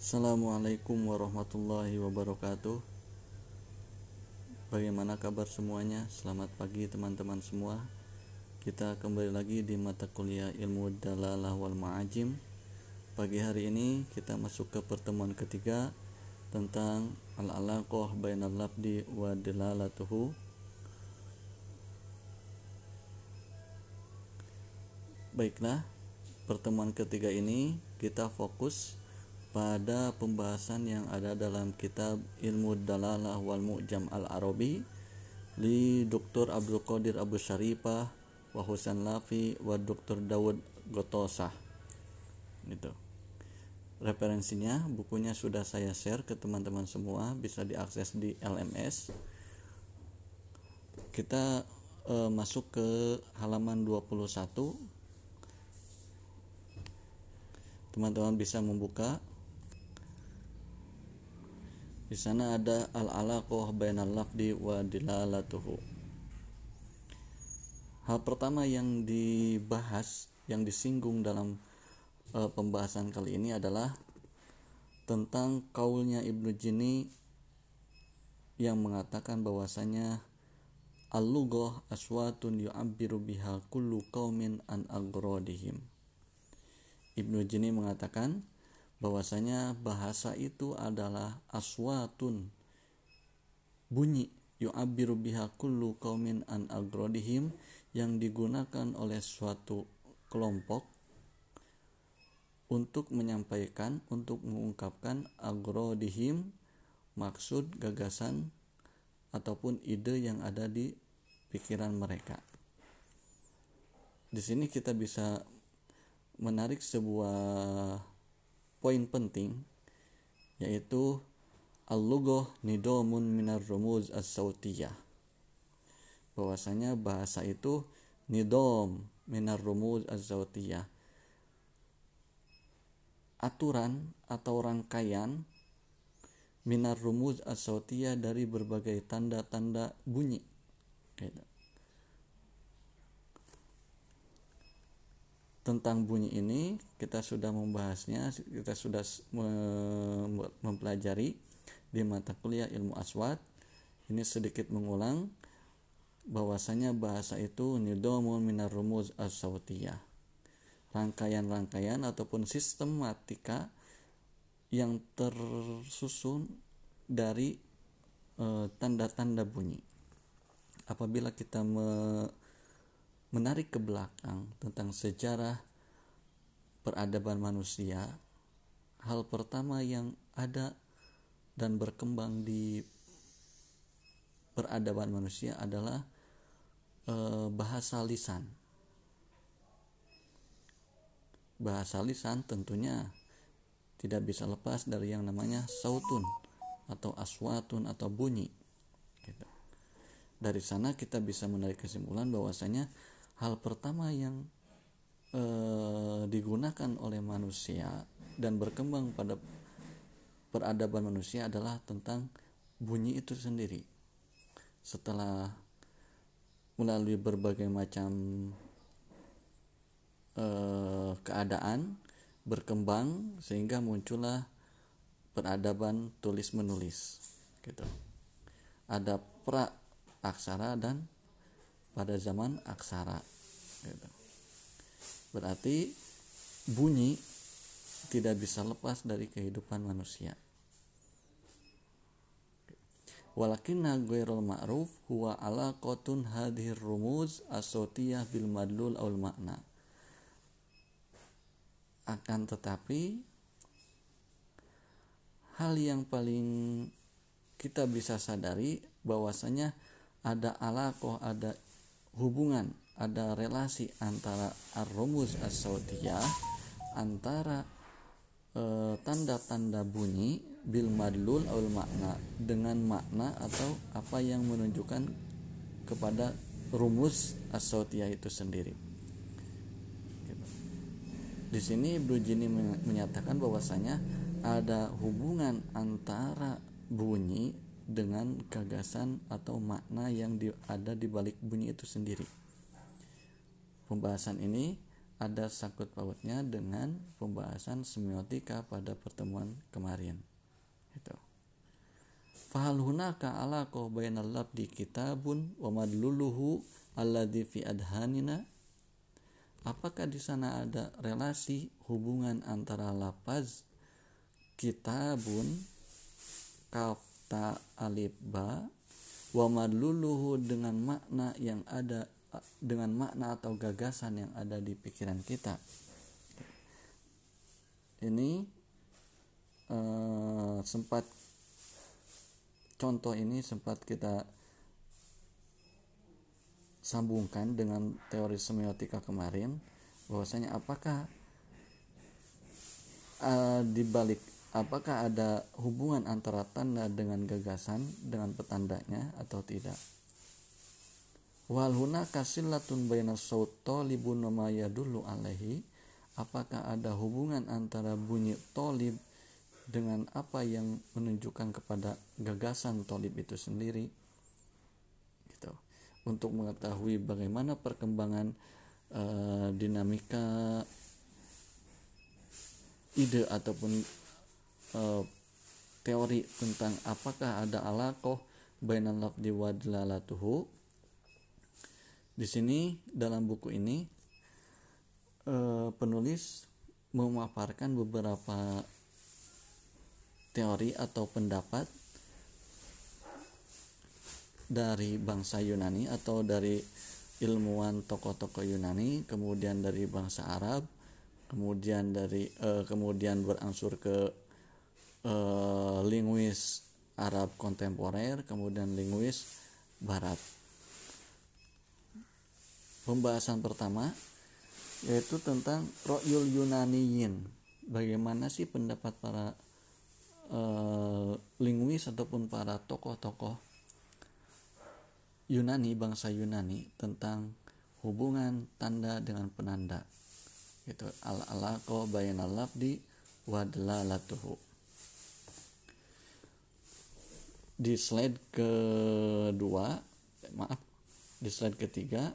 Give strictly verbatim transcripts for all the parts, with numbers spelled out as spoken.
Assalamualaikum warahmatullahi wabarakatuh. Bagaimana kabar semuanya? Selamat pagi teman-teman semua. Kita kembali lagi di mata kuliah ilmu dalalah wal ma'ajim. Pagi hari ini kita masuk ke pertemuan ketiga tentang al-alaqah bainal lafdi wa dalalatuhu. Baiklah, pertemuan ketiga ini kita fokus pada pembahasan yang ada dalam kitab Ilmu Dalalah wal Mu'jam al-Arabi li Doktor Abdul Qadir Abu Syarifah wa Husain Lafi wa Doktor Dawud Gotosah. Gitu. Referensinya, bukunya sudah saya share ke teman-teman semua, bisa diakses di L M S. Kita eh, masuk ke halaman dua puluh satu. Teman-teman bisa membuka. Di sana ada al-alaqah bainal lafdi wa dilalatuhu. Hal pertama yang dibahas, yang disinggung dalam e, pembahasan kali ini adalah tentang kaulnya Ibnu Jini yang mengatakan bahwasanya al-lughah aswatun yu'abbiru biha kullu qaumin an agradihim. Ibnu Jini mengatakan bahwasanya bahasa itu adalah aswatun, bunyi, yu'abbiru biha kullu qaumin an agradihim, yang digunakan oleh suatu kelompok untuk menyampaikan, untuk mengungkapkan agradihim, maksud, gagasan ataupun ide yang ada di pikiran mereka. Di sini kita bisa menarik sebuah poin penting, yaitu al-lughah nidamun minar rumuz as-sautiyah. Bahwasanya bahasa itu nidam minar rumuz as-sautiyah, aturan atau rangkaian minar rumuz as-sautiyah dari berbagai tanda-tanda bunyi. Gitu. Tentang bunyi ini kita sudah membahasnya, kita sudah mempelajari di mata kuliah ilmu aswat. Ini sedikit mengulang bahwasanya bahasa itu nidamun minar rumuz as-sautiyah, rangkaian-rangkaian ataupun sistematika yang tersusun dari e, tanda-tanda bunyi. Apabila kita me menarik ke belakang tentang sejarah peradaban manusia, hal pertama yang ada dan berkembang di peradaban manusia adalah e, bahasa lisan. Bahasa lisan tentunya tidak bisa lepas dari yang namanya sautun atau aswatun atau bunyi. Gitu. Dari sana kita bisa menarik kesimpulan bahwasanya hal pertama yang e, digunakan oleh manusia dan berkembang pada peradaban manusia adalah tentang bunyi itu sendiri. Setelah melalui berbagai macam e, keadaan berkembang sehingga muncullah peradaban tulis menulis. Gitu. Ada pra aksara dan pada zaman aksara. Gitu. Berarti bunyi tidak bisa lepas dari kehidupan manusia. Walakinna ghairul ma'ruf huwa alaqatun hadhir rumuz as-sautiyah bil madlul aul makna. Akan tetapi hal yang paling kita bisa sadari bahwasanya ada alaqah, ada hubungan, ada relasi antara ar-rumuz as-sautiyah, antara e, tanda-tanda bunyi bil madlul aul makna, dengan makna atau apa yang menunjukkan kepada rumus as-sautiyah itu sendiri. Gitu. Di sini Ibnu Jini menyatakan bahwasanya ada hubungan antara bunyi dengan gagasan atau makna yang di, ada di balik bunyi itu sendiri. Pembahasan ini ada sangkut pautnya dengan pembahasan semiotika pada pertemuan kemarin. Itu. Fahal hunaka alaqa bainal labdi kitabun wa madluluhu alladhi fi adhanina. Apakah di sana ada relasi hubungan antara lafaz kitabun kaf ta alif ba wa madluluhu dengan makna yang ada dengan makna atau gagasan yang ada di pikiran kita. Ini eh, sempat contoh ini sempat kita sambungkan dengan teori semiotika kemarin, bahwasanya apakah uh, di balik apakah ada hubungan antara tanda dengan gagasan dengan petandanya atau tidak. Wal hunaka sillatun baina saut talibun wa ma yadullu alaihi. Apakah ada hubungan antara bunyi tolib dengan apa yang menunjukkan kepada gagasan tolib itu sendiri, gitu. Untuk mengetahui bagaimana perkembangan uh, dinamika ide ataupun uh, teori tentang apakah ada alaqah bainal lafzi wa dalalatuhu. Di sini dalam buku ini uh, penulis memaparkan beberapa teori atau pendapat dari bangsa Yunani atau dari ilmuwan tokoh-tokoh Yunani, kemudian dari bangsa Arab, kemudian dari eh, kemudian berangsur ke eh, linguis Arab kontemporer, kemudian linguis Barat. Pembahasan pertama yaitu tentang Ra'yul Yunaniyin. Bagaimana sih pendapat para eh, linguis ataupun para tokoh-tokoh Yunani, bangsa Yunani, tentang hubungan tanda dengan penanda, gitu. Al-alaqah bainal lafdi wa dalalatuhu. Di slide kedua, maaf, di slide ketiga,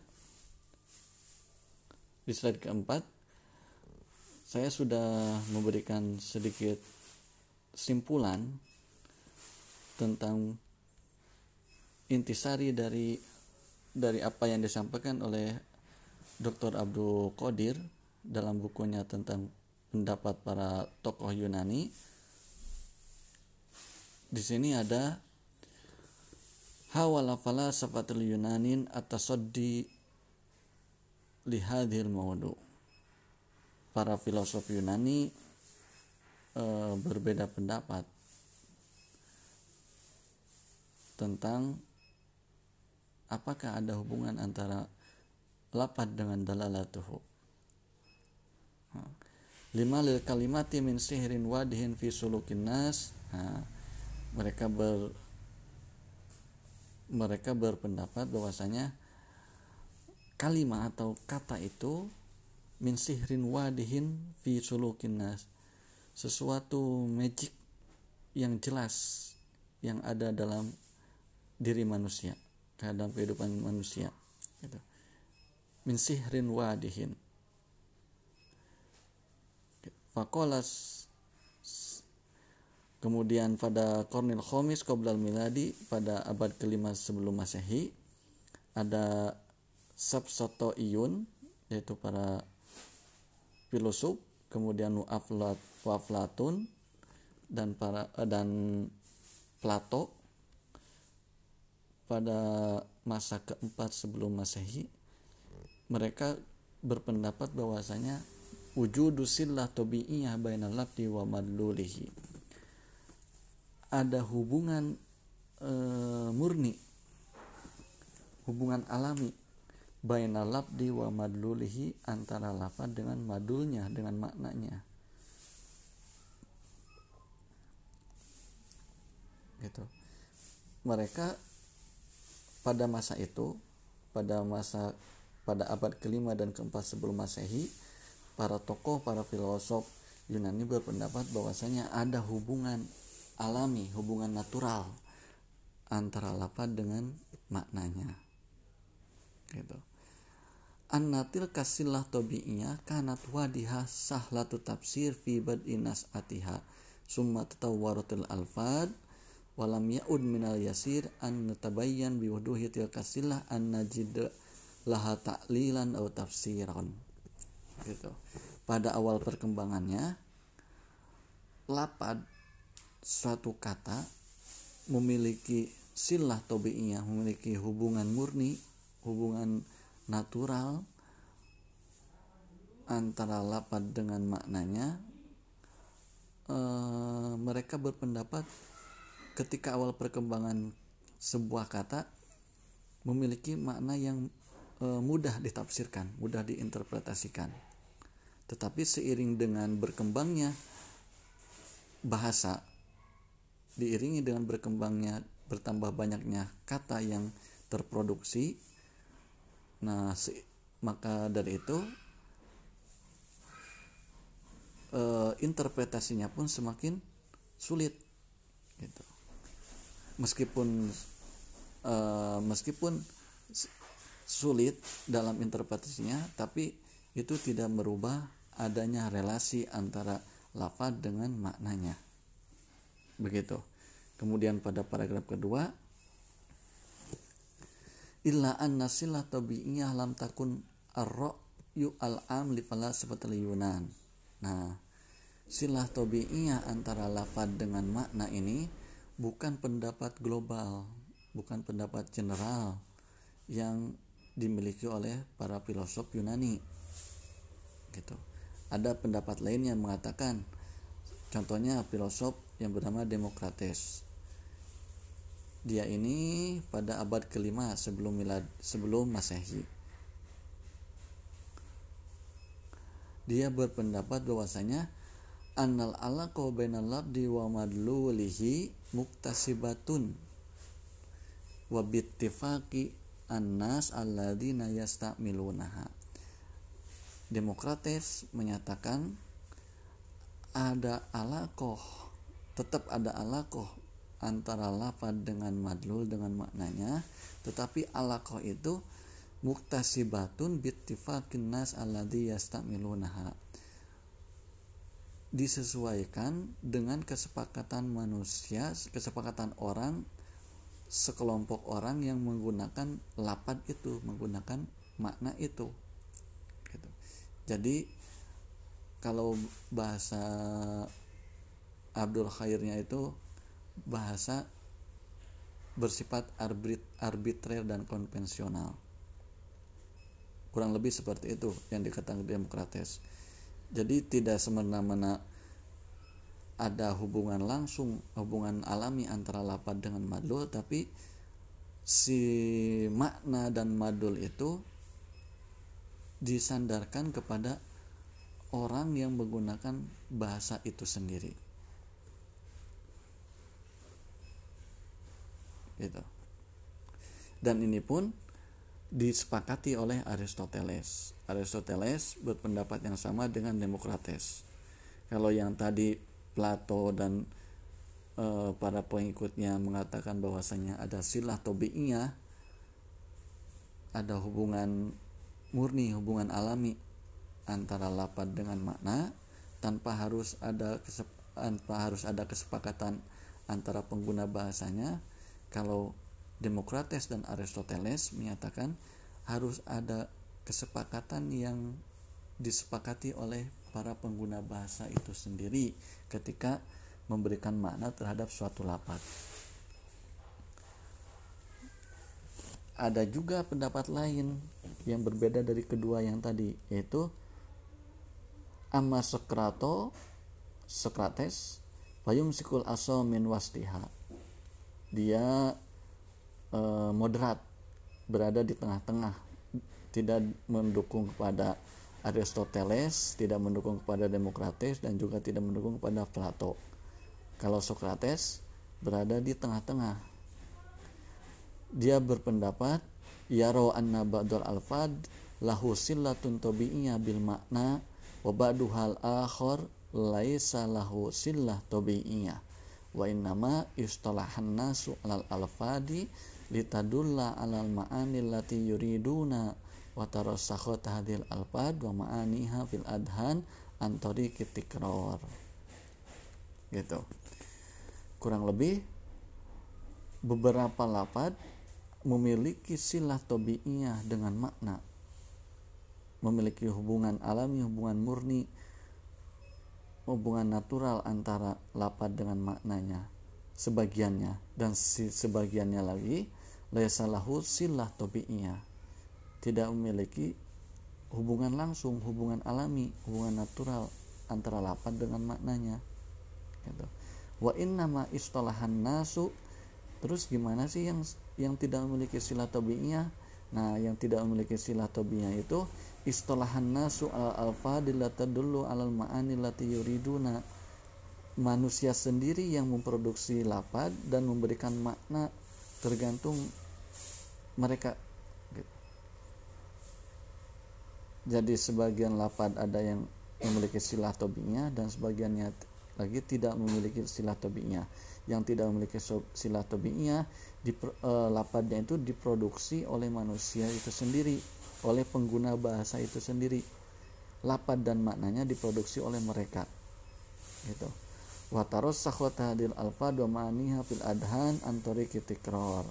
di slide keempat, saya sudah memberikan sedikit simpulan tentang intisari dari dari apa yang disampaikan oleh Doktor Abdul Qadir dalam bukunya tentang pendapat para tokoh Yunani. Di sini ada hawala falasafatul Yunanin atasaddi lihadhil maudu. Para filosof Yunani e, berbeda pendapat tentang apakah ada hubungan antara lafad dengan dalalatuhu. Lima lil kalimati min sihrin wadihin fi sulukin nas. Nah, mereka ber mereka berpendapat bahwasanya kalimat atau kata itu min sihrin wadihin fi sulukin nas, sesuatu magic yang jelas yang ada dalam diri manusia, dalam kehidupan manusia, gitu. Min sihrin wadihin. Fakolas. Kemudian pada Qarnil Khamis Qoblal Miladi, pada abad kelima sebelum Masehi, ada Sabsotoiyun, yaitu para filosof, kemudian Waflatun dan para dan Plato pada masa keempat sebelum Masehi. Mereka berpendapat bahwasanya wujudu sillah tabi'iyah bainal labdi wa madlulihi. Ada hubungan e, murni, hubungan alami bainal labdi wa madlulihi, antara lafaz dengan madulnya, dengan maknanya, gitu. Mereka pada masa itu, pada masa pada abad kelima dan keempat sebelum Masehi, para tokoh, para filosof Yunani berpendapat bahwasanya ada hubungan alami, hubungan natural antara lafaz dengan maknanya, gitu. annatil kasillah tabi'iyah kanat wadiha sahlatu tafsir fi bad'inas atiha summa tatawwaratil alfad walam ya'ud minal yasir an natabayyan biwuduhi tilka sillah an najid laha ta'lilan atau tafsiran gitu. Pada awal perkembangannya lapad suatu kata memiliki silah tabi'iyah, memiliki hubungan murni, hubungan natural antara lapad dengan maknanya. E, mereka berpendapat ketika awal perkembangan sebuah kata memiliki makna yang e, mudah ditafsirkan, mudah diinterpretasikan. Tetapi seiring dengan berkembangnya bahasa, diiringi dengan berkembangnya, bertambah banyaknya kata yang terproduksi, nah maka dari itu e, interpretasinya pun semakin sulit gitu. Meskipun e, meskipun sulit dalam interpretasinya, tapi itu tidak merubah adanya relasi antara lafaz dengan maknanya. Begitu. Kemudian pada paragraf kedua, illa anna silah tabi'iyah lam takun ar-ra'yu al-am li falasafatil Yunan. Nah, silah tabi'iyah antara lafaz dengan makna ini bukan pendapat global, bukan pendapat general yang dimiliki oleh para filosof Yunani. Gitu. Ada pendapat lain yang mengatakan, contohnya filosof yang bernama Demokrates. Dia ini pada abad kelima sebelum milad, sebelum Masehi. Dia berpendapat bahwasanya annal alaqa bainal labdi wa madlulihi muktasibatun wa bittifaqi annas alladzina yastamilunaha. Demokrates menyatakan ada alaqoh, tetap ada alaqoh antara lafaz dengan madlul dengan maknanya, tetapi alaqoh itu muktasibatun bittifaqin nas alladzi yastamilunaha, disesuaikan dengan kesepakatan manusia, kesepakatan orang, sekelompok orang yang menggunakan lafaz itu, menggunakan makna itu gitu. Jadi kalau bahasa Abdul Khairnya itu bahasa bersifat arbit, arbitrer dan konvensional. Kurang lebih seperti itu yang dikatakan Demokrates. Jadi tidak semena-mena ada hubungan langsung, hubungan alami antara lafaz dengan madlul, tapi si makna dan madlul itu disandarkan kepada orang yang menggunakan bahasa itu sendiri. Gitu. Dan ini pun disepakati oleh Aristoteles. Aristoteles berpendapat yang sama dengan Demokrates. Kalau yang tadi Plato dan e, para pengikutnya mengatakan bahwasanya ada silah tabi'iyah, ada hubungan murni, hubungan alami antara lafaz dengan makna tanpa harus ada kesep- tanpa harus ada kesepakatan antara pengguna bahasanya. Kalau Demokrates dan Aristoteles menyatakan harus ada kesepakatan yang disepakati oleh para pengguna bahasa itu sendiri ketika memberikan makna terhadap suatu lafaz. Ada juga pendapat lain yang berbeda dari kedua yang tadi, yaitu amma Sokrato Sokrates payum sikul aso min wasdiha. Dia e, moderat, berada di tengah-tengah, tidak mendukung kepada Aristoteles, tidak mendukung kepada Demokrates, dan juga tidak mendukung kepada Plato. Kalau Sokrates berada di tengah-tengah. Dia berpendapat yaro anna ba'dal alfad lahu sillatun tabi'iyah bil makna wa ba'duhal akhar laisa lahu sillah tabi'iyah wa innama istalahan nasu alal alfadi litadulla alal ma'ani allati yuriduna wa tarasakha tahdil alfad wa ma'aniha fil adhan antori kitikror. Gitu. Kurang lebih beberapa lafaz memiliki silah tabi'iyah dengan makna, memiliki hubungan alami, hubungan murni, hubungan natural antara lafaz dengan maknanya sebagiannya, dan si sebagiannya lagi laisa lahu silah tabi'iyah, tidak memiliki hubungan langsung, hubungan alami, hubungan natural antara lafaz dengan maknanya. Gitu. Wa innama istalahan nasu, terus gimana sih yang yang tidak memiliki silah tabi'iyah? Nah, yang tidak memiliki silah tabi'iyah itu istalahan nasu al-alfadil la tadullu alal ma'ani lati yuriduna. Manusia sendiri yang memproduksi lafaz dan memberikan makna tergantung mereka. Jadi sebagian lafaz ada yang memiliki silah tabi'iyah dan sebagiannya lagi tidak memiliki silah tabi'iyah. Yang tidak memiliki silah tabi'iyah, eh, lafaznya itu diproduksi oleh manusia itu sendiri, oleh pengguna bahasa itu sendiri. Lafaz dan maknanya diproduksi oleh mereka. Gitu. Wa tarasakha tahdil alfad wa ma'aniha fil adhan antori kitikror.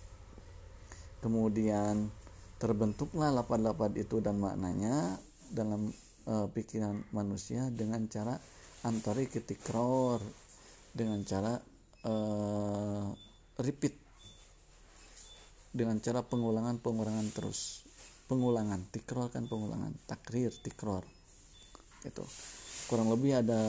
Kemudian terbentuklah lafaz-lafaz itu dan maknanya dalam uh, pikiran manusia dengan cara antori kitikror, dengan cara uh, repeat, dengan cara pengulangan-pengulangan terus, pengulangan, tikror kan pengulangan, takrir, tikror. Gitu. Kurang lebih ada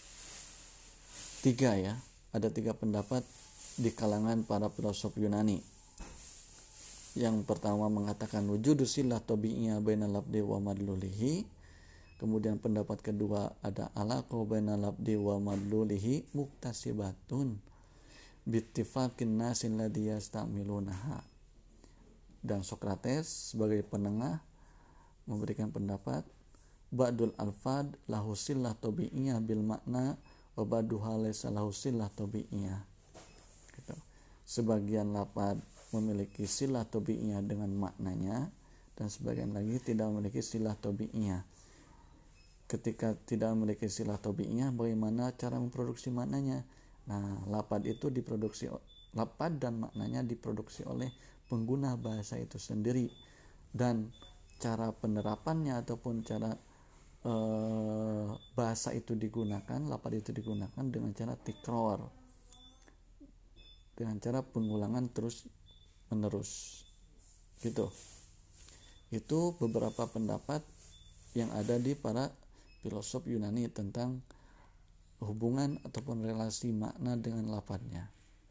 tiga ya, ada tiga pendapat di kalangan para filosof Yunani. Yang pertama mengatakan wujudu silah tabi'iyah bainal labdi wa madlulihi. Kemudian pendapat kedua ada alaqah bainal labdi wa madlulihi muktasibatun bittifaqin nasin ladzi yastamilunaha. Dan Sokrates sebagai penengah memberikan pendapat ba'dul alfad lahu silah tabi'iyah bil makna wa ba'duha laysa lahu silah tabi'iyah. Gitu. Sebagian lafaz memiliki silah tabi'iyah dengan maknanya dan sebagian lagi tidak memiliki silah tabi'iyah. Ketika tidak memiliki silah tabi'iyah, bagaimana cara memproduksi maknanya? Nah, lafaz itu diproduksi, lafaz dan maknanya diproduksi oleh pengguna bahasa itu sendiri, dan cara penerapannya ataupun cara eh, bahasa itu digunakan, lafaz itu digunakan dengan cara tikror, dengan cara pengulangan terus menerus. Gitu. Itu beberapa pendapat yang ada di para filosof Yunani tentang hubungan ataupun relasi makna dengan lafaznya.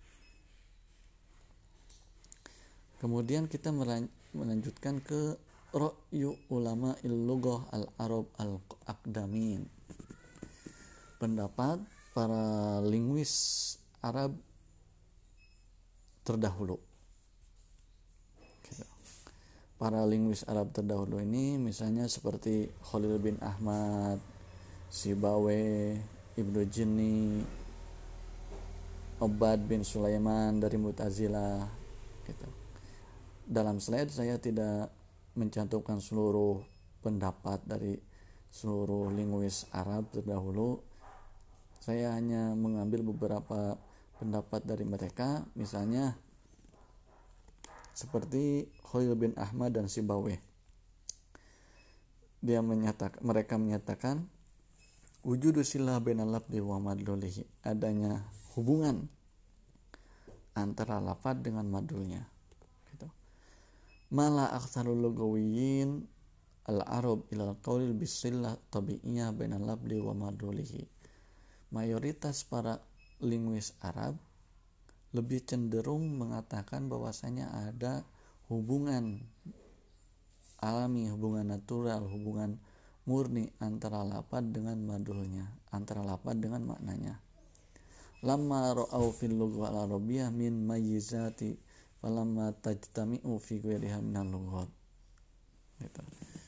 Kemudian kita melanjutkan ke ra'yu ulama il-lughah al-arab al-aqdamin. Pendapat para linguis Arab terdahulu. Para linguis Arab terdahulu ini misalnya seperti Khalil bin Ahmad, Sibawayh, Ibnu Jinni, Ubad bin Sulaiman dari Mu'tazilah gitu. Dalam slide saya tidak mencantumkan seluruh pendapat dari seluruh linguis Arab terdahulu. Saya hanya mengambil beberapa pendapat dari mereka, misalnya seperti Khalil bin Ahmad dan Sibawayh. Dia menyatakan, mereka menyatakan wujudu silah bainal lafzi wa madlulihi, adanya hubungan antara lafaz dengan madulnya. Gitu. Mala aktsarul lugawiyyin al-arab ila qaulil bisillah tabi'iyah bainal lafzi wa madlulihi. Mayoritas para linguis Arab lebih cenderung mengatakan bahwasanya ada hubungan alami, hubungan natural, hubungan murni antara lafaz dengan madulnya, antara lafaz dengan maknanya. Lamma ra'au fil lughah al-arabiyyah min mayyizati falamma tajtami'u fi ghairiha min al-lughat. Gitu.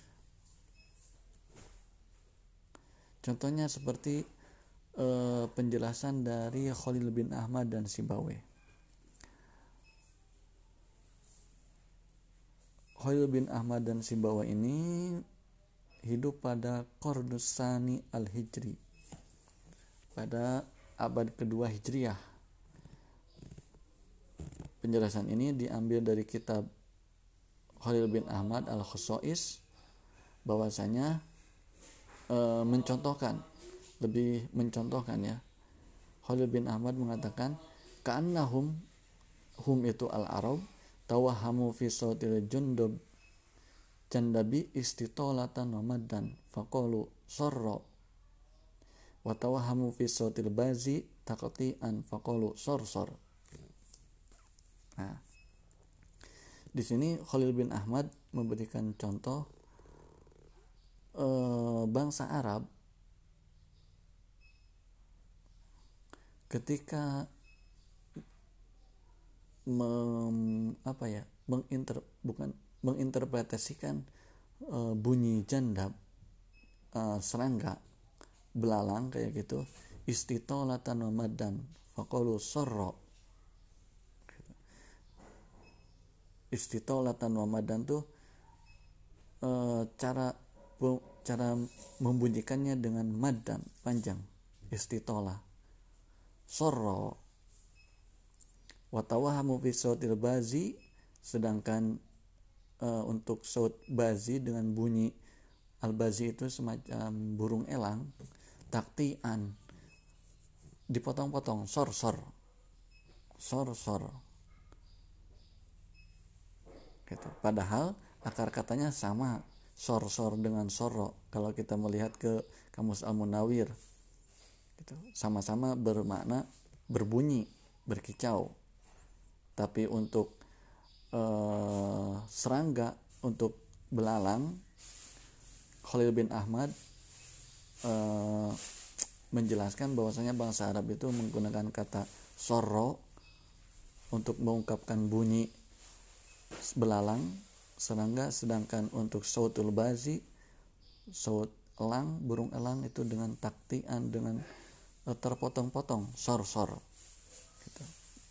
Contohnya seperti eh, penjelasan dari Khalil bin Ahmad dan Sibawayh. Khalil bin Ahmad dan Simbawa ini hidup pada Qardusani al-Hijri, pada abad kedua Hijriah. Penjelasan ini diambil dari kitab Khalil bin Ahmad al-Khosais, bahwasanya e, mencontohkan, lebih mencontohkan ya. Khalil bin Ahmad mengatakan, ka'annahum hum itu al-Arab tawahamu fi sautil jundub jandabi istitolatan wa maddan faqalu sarra wa tawahamu fi sautil bazi taqti'an faqalu sarsar. Nah, di sini Khalil bin Ahmad memberikan contoh eh, bangsa Arab ketika mem, apa ya menginter, bukan menginterpretasikan uh, bunyi jandab, uh, serangga, belalang kayak gitu, istitolatan wa maddan faqalu sarra. Istitolatan wa maddan tuh uh, cara cara membunyikannya dengan maddan, panjang, istitola. Sarra wa tawahamu fi sautil bazi, sedangkan uh, untuk saut bazi dengan bunyi al-bazi itu semacam burung elang, taktian, dipotong-potong, sor-sor, sor-sor gitu. Padahal akar katanya sama, sor-sor dengan sorro. Kalau kita melihat ke Kamus Al-Munawir gitu, sama-sama bermakna berbunyi, berkicau. Tapi untuk eh, serangga, untuk belalang, Khalil bin Ahmad eh, menjelaskan bahwasanya bangsa Arab itu menggunakan kata sorro untuk mengungkapkan bunyi belalang, serangga, sedangkan untuk sautul bazi, saut elang, burung elang itu dengan taktian, dengan eh, terpotong-potong, sor-sor gitu.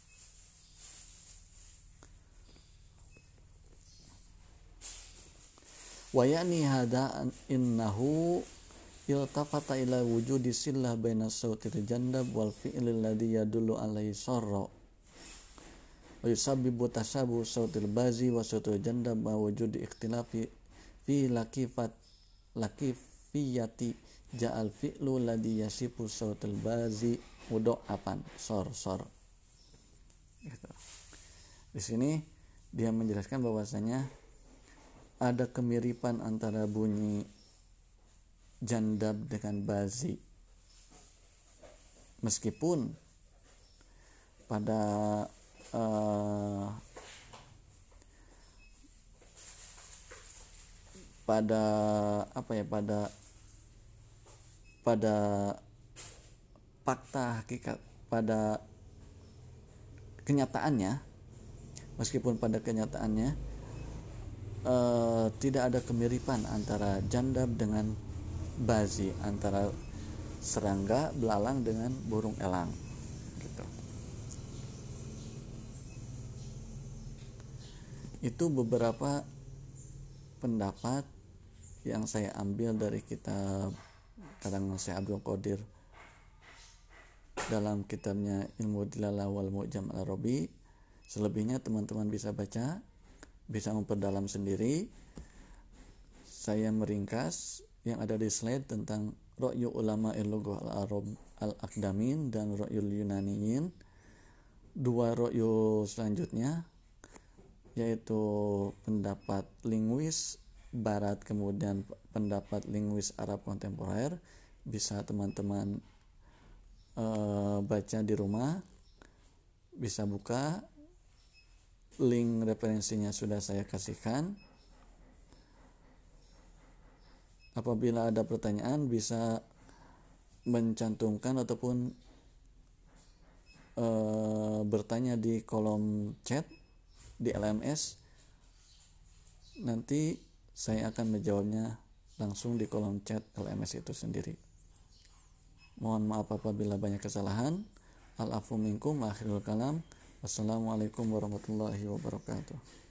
Wa yani hada innahu iltafata ila wujudi sillah baina sautil jandab wal fi'li alladhi yadullu alaihi sarra wa yusabbibu tashabuh sautil bazi wa sautil jandab ma wujudi ikhtilafi fi lakifat lakifiyati ja'al fi'lu alladhi yasifu sautil bazi mudha'afan sor sor gitu. Di sini dia menjelaskan bahwasanya ada kemiripan antara bunyi jandab dengan bazi, meskipun pada uh, pada apa ya pada pada fakta hakikat, pada kenyataannya, meskipun pada kenyataannya Uh, tidak ada kemiripan antara jandab dengan bazi, antara serangga, belalang dengan burung elang gitu. Itu beberapa pendapat yang saya ambil dari kitab karangan Syekh Abdul Qadir dalam kitabnya Ilmu Dilalah wal Mu'jam al-Arabi. Selebihnya teman-teman bisa baca, bisa memperdalam sendiri. Saya meringkas yang ada di slide tentang Ra'yu Ulama Al-Lughah Al-Arab Al-Aqdamin dan Ra'yul Yunaniyin. Dua ra'yu selanjutnya yaitu pendapat linguis barat, kemudian pendapat linguis Arab kontemporer. Bisa teman-teman uh, baca di rumah, bisa buka. Link referensinya sudah saya kasihkan. Apabila ada pertanyaan bisa mencantumkan ataupun e, bertanya di kolom chat di L M S. Nanti saya akan menjawabnya langsung di kolom chat L M S itu sendiri. Mohon maaf apabila banyak kesalahan. Al-afu minkum, akhirul kalam. Wassalamualaikum warahmatullahi wabarakatuh.